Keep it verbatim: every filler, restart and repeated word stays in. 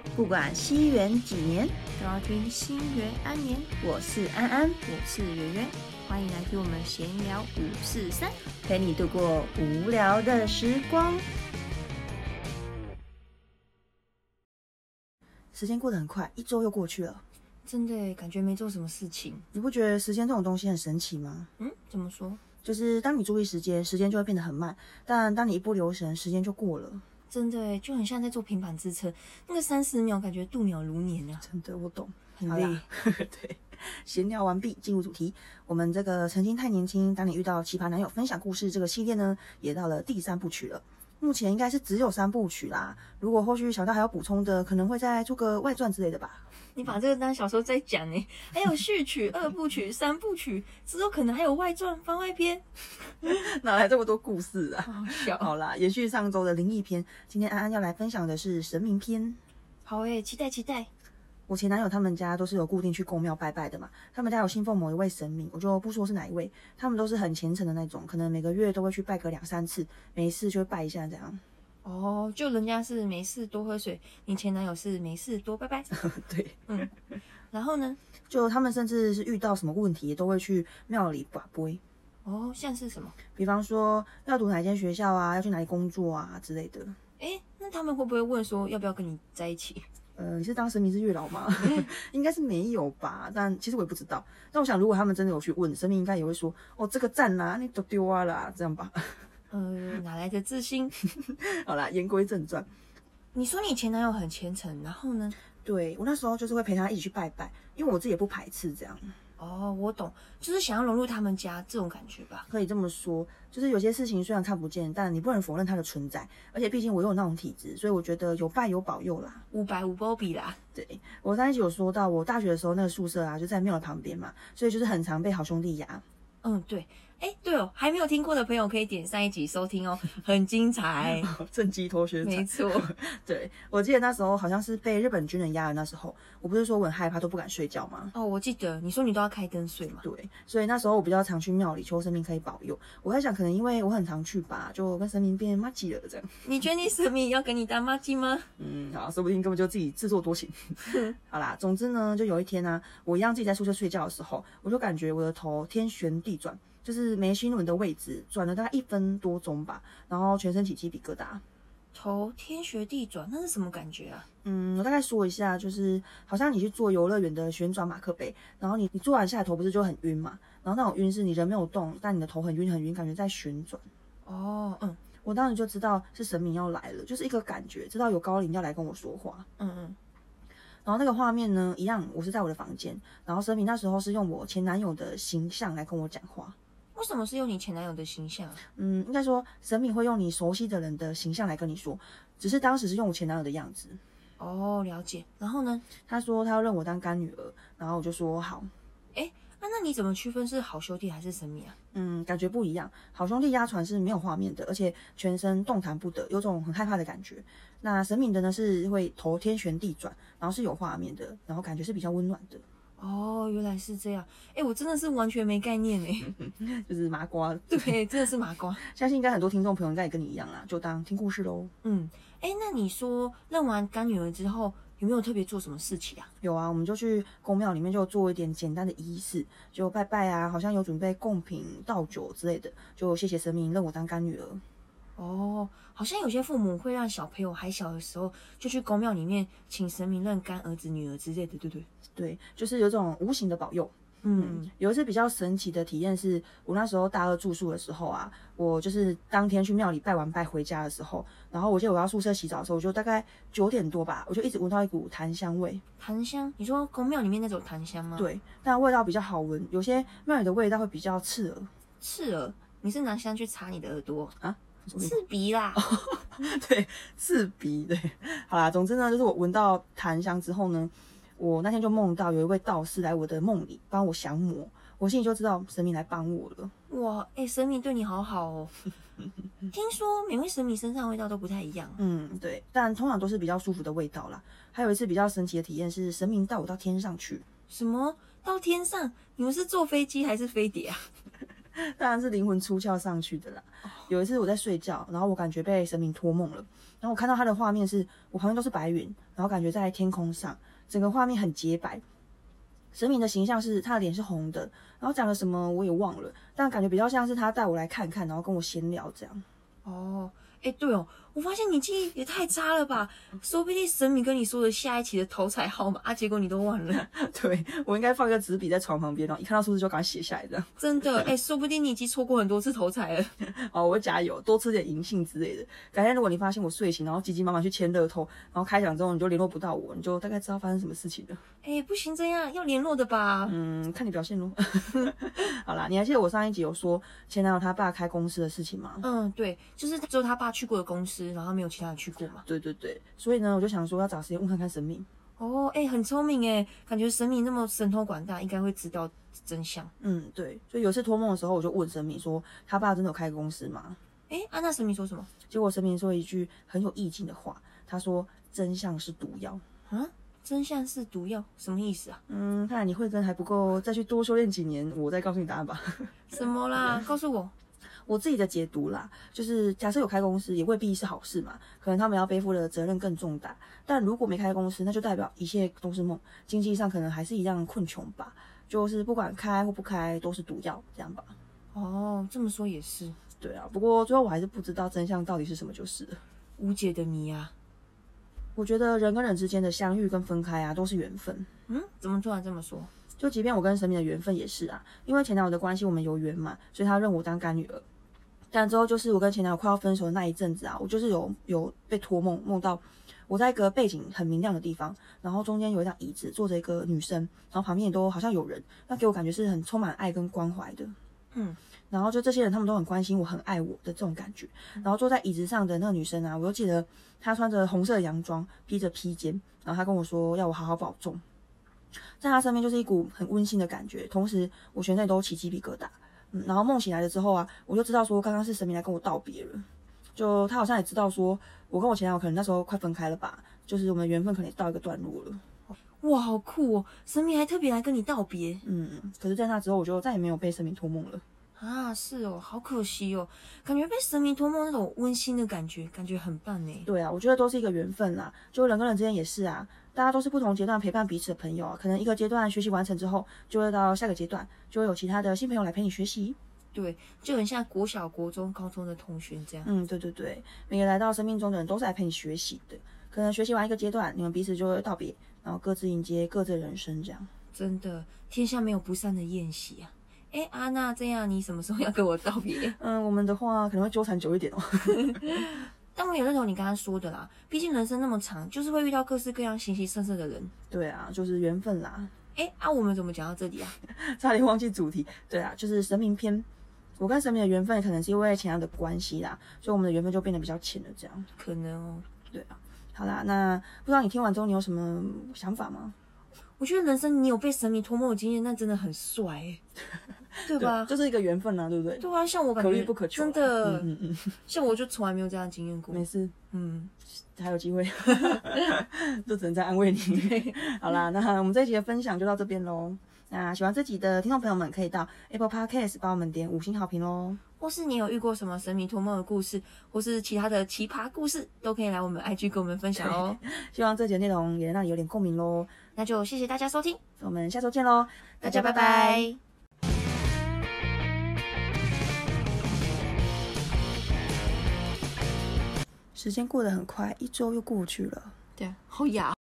不管西元几年， 都要听心元安年。 我是安安， 我是圆圆，欢迎来听我们闲聊五四三， 陪你度过无聊的时光。时间过得很快，一周又过去了。 真的感觉没做什么事情。 你不觉得时间这种东西很神奇吗？ 嗯，怎么说？ 就是当你注意时间，时间就会变得很慢；但当你一不留神，时间就过了。 真的就很像在做平板支撑，那个三十秒感觉度秒如年啊！ 真的，我懂， 很累。 对，闲聊完毕，进入主题。我们这个曾经太年轻，当你遇到奇葩男友分享故事这个系列呢，也到了第三部曲了。目前应该是只有三部曲啦，如果后续小道还有补充的，可能会再做个外传之类的吧。 你把这个当小说在讲呢，还有序曲、二部曲、三部曲，之后可能还有外传、番外篇， 哪来这么多故事啊？ 好笑。 好啦，延续上周的灵异篇，今天安安要来分享的是神明篇。 好诶，期待期待。 我前男友他们家都是有固定去公庙拜拜的嘛，他们家有信奉某一位神明，我就不说是哪一位，他们都是很虔诚的那种，可能每个月都会去拜个两三次，每一次就会拜一下这样。 哦，就人家是没事多喝水，你前男友是没事多拜拜。 对， 嗯，然后呢？ 就他们甚至是遇到什么问题，都会去庙里拔杯。 哦，像是什么？ 比方说要读哪间学校啊，要去哪里工作啊之类的。 诶，那他们会不会问说要不要跟你在一起？ 呃，你是当神明是月老吗？应该是没有吧，但其实我也不知道。但我想，如果他们真的有去问，神明应该也会说，哦，这个赞啦，你都丢啊啦，这样吧。 呃，哪来的自信？ 好啦，言归正传。 你说你前男友很虔诚，然后呢？ 对，我那时候就是会陪他一起去拜拜，因为我自己也不排斥这样。 哦，我懂，就是想要融入他们家这种感觉吧。 可以这么说，就是有些事情虽然看不见，但你不能否认它的存在。而且毕竟我有那种体质，所以我觉得有拜有保佑啦。 五百五波比啦。 对，我上一集有说到，我大学的时候那个宿舍啊，就在庙的旁边嘛，所以就是很常被好兄弟压。 嗯，对。哎，对哦，还没有听过的朋友可以点上一集收听哦，很精彩。 正畸脱靴。 没错。 对，我记得那时候好像是被日本军人压的那时候，我不是说我很害怕都不敢睡觉吗？ 哦，我记得你说你都要开灯睡嘛。 对，所以那时候我比较常去庙里求神明可以保佑。我在想，可能因为我很常去吧，就跟神明变麻吉了这样。 你觉得你神明要跟你当麻吉吗？ 嗯，好，说不定根本就自己自作多情。好啦，总之呢，就有一天呢、啊，我一样自己在宿舍睡觉的时候，我就感觉我的头天旋地转。就是眉心轮的位置转了大概一分多钟吧，然后全身起鸡皮疙瘩， 头天旋地转，那是什么感觉啊？ 嗯，我大概说一下，就是好像你去坐游乐园的旋转马克杯，然后你你坐完下来头不是就很晕嘛，然后那种晕是你人没有动，但你的头很晕很晕，感觉在旋转。 哦，嗯， 我当时就知道是神明要来了，就是一个感觉，知道有高灵要来跟我说话。 嗯嗯。 然后那个画面呢，一样，我是在我的房间，然后神明那时候是用我前男友的形象来跟我讲话。 为什么是用你前男友的形象啊？ 嗯，应该说神明会用你熟悉的人的形象来跟你说，只是当时是用我前男友的样子。 哦，了解。然后呢？ 他说他要认我当干女儿，然后我就说好。 哎，那那你怎么区分是好兄弟还是神明啊？ 嗯，感觉不一样。好兄弟压船是没有画面的，而且全身动弹不得，有种很害怕的感觉。那神明的呢是会头天旋地转，然后是有画面的，然后感觉是比较温暖的。 哦，原来是这样。哎，我真的是完全没概念哎， 就是麻瓜。 对，真的是麻瓜。 相信应该很多听众朋友应该也跟你一样啦，就当听故事咯。 嗯，哎，那你说认完干女儿之后，有没有特别做什么事情啊？ 有啊，我们就去宫庙里面就做一点简单的仪式，就拜拜啊，好像有准备贡品、倒酒之类的，就谢谢神明认我当干女儿。 哦，好像有些父母会让小朋友还小的时候就去宫庙里面请神明认干儿子、女儿之类的，对不对？ 对，就是有种无形的保佑。嗯，嗯有一次比较神奇的体验是，我那时候大二住宿的时候啊，我就是当天去庙里拜完拜回家的时候，然后我记得我要宿舍洗澡的时候，我就大概九点多吧，我就一直闻到一股檀香味。 檀香？你说宫庙里面那种檀香吗？ 对，但味道比较好闻，有些庙里的味道会比较刺耳。 刺耳？你是拿香去擦你的耳朵啊？ 刺鼻啦。 对，刺鼻。对，好啦，总之呢，就是我闻到檀香之后呢，我那天就梦到有一位道士来我的梦里帮我降魔，我心里就知道神明来帮我了。 哇，哎、欸，神明对你好好哦。听说每位神明身上的味道都不太一样。 嗯，对，但通常都是比较舒服的味道啦。还有一次比较神奇的体验是，神明带我到天上去。 什么？到天上？你们是坐飞机还是飞碟啊？ 当然是灵魂出窍上去的啦。有一次我在睡觉，然后我感觉被神明托梦了，然后我看到他的画面是我旁边都是白云，然后感觉在天空上，整个画面很洁白。神明的形象是他的脸是红的，然后讲了什么我也忘了，但感觉比较像是他带我来看看，然后跟我闲聊这样。 哦，哎，对哦，我发现你记忆也太差了吧？说不定神明跟你说的下一期的头彩号码啊，结果你都忘了。 对，我应该放个纸笔在床旁边，然后一看到数字就赶快写下来这样。 真的，哎，说不定你已经错过很多次头彩了。 哦，我会加油，多吃点银杏之类的。改天如果你发现我睡醒，然后急急忙忙去签乐透，然后开奖之后你就联络不到我，你就大概知道发生什么事情了。 哎，不行，这样要联络的吧？ 嗯，看你表现咯。好啦，你还记得我上一集有说前男友他爸开公司的事情吗？ 嗯，对，就是只有他爸去过的公司，然后没有其他人去过嘛。 对对对，所以呢，我就想说要找时间问看看神明。 哦，哎，很聪明哎，感觉神明那么神通广大，应该会知道真相。 嗯，对，所以有一次托梦的时候，我就问神明说，他爸真的有开公司吗？ 哎，啊，那神明说什么？ 结果神明说一句很有意境的话，他说真相是毒药。 啊？真相是毒药，什么意思啊？ 嗯，看来你慧根还不够，再去多修炼几年，我再告诉你答案吧。 什么啦？告诉我。 我自己的解读啦，就是假设有开公司，也未必是好事嘛，可能他们要背负的责任更重大。但如果没开公司，那就代表一切都是梦，经济上可能还是一样困穷吧。就是不管开或不开，都是毒药，这样吧。 哦，这么说也是。 对啊，不过最后我还是不知道真相到底是什么，就是了。 无解的谜啊。 我觉得人跟人之间的相遇跟分开啊，都是缘分。 嗯，怎么突然这么说？ 就即便我跟神明的缘分也是啊，因为前男友的关系，我们有缘嘛，所以他认我当干女儿。但之后就是我跟前男友快要分手的那一阵子啊，我就是有有被托梦，梦到我在一个背景很明亮的地方，然后中间有一张椅子坐着一个女生，然后旁边也都好像有人，那给我感觉是很充满爱跟关怀的。 嗯， 然后就这些人他们都很关心我，很爱我的这种感觉。然后坐在椅子上的那个女生啊，我又记得她穿着红色的洋装，披着披肩，然后她跟我说要我好好保重。在她身边就是一股很温馨的感觉，同时我全身都起鸡皮疙瘩。嗯，然后梦醒来了之后啊，我就知道说刚刚是神明来跟我道别了。就他好像也知道说我跟我前男友可能那时候快分开了吧，就是我们的缘分可能也到一个段落了。 哇，好酷哦！神明还特别来跟你道别。 嗯，可是在那之后我就再也没有被神明托梦了。 啊，是哦，好可惜哦，感觉被神明托梦那种温馨的感觉，感觉很棒呢。 对啊，我觉得都是一个缘分啦，就人跟人之间也是啊，大家都是不同阶段陪伴彼此的朋友啊，可能一个阶段学习完成之后，就会到下个阶段，就会有其他的新朋友来陪你学习。 对，就很像国小、国中、高中的同学这样。 嗯，对对对，每个来到生命中的人都是来陪你学习的，可能学习完一个阶段，你们彼此就会道别，然后各自迎接各自的人生这样。 真的，天下没有不散的宴席啊。哎，阿娜，这样你什么时候要跟我道别？ 嗯，我们的话可能会纠缠久一点哦。 但我也认同你刚刚说的啦，毕竟人生那么长，就是会遇到各式各样形形色色的人。 对啊，就是缘分啦。 哎，啊，我们怎么讲到这里啊？ 差点忘记主题。对啊，就是神明篇。我跟神明的缘分可能是因为前男友的关系啦，所以我们的缘分就变得比较浅了这样。 可能哦。 对啊。好啦，那不知道你听完之后你有什么想法吗？ 我觉得人生你有被神明托梦的经验，那真的很帅哎。对吧？ 对，就是一个缘分啊，对不对？ 对啊，像我感觉可遇不可求， 真的， 嗯嗯嗯， 像我就从来没有这样经验过。 没事， 嗯， 还有机会，就只能再安慰你。好啦，那我们这一集的分享就到这边喽。那喜欢这集的听众朋友们，可以到 Apple Podcast 帮我们点五星好评喽。 或是你有遇过什么神明托梦的故事，或是其他的奇葩故事，都可以来我们 I G 跟我们分享哦。 希望这集的内容也能让你有点共鸣喽。 那就谢谢大家收听， 我们下周见喽， 大家拜拜。 时间过得很快，一周又过去了。 对啊，好哑。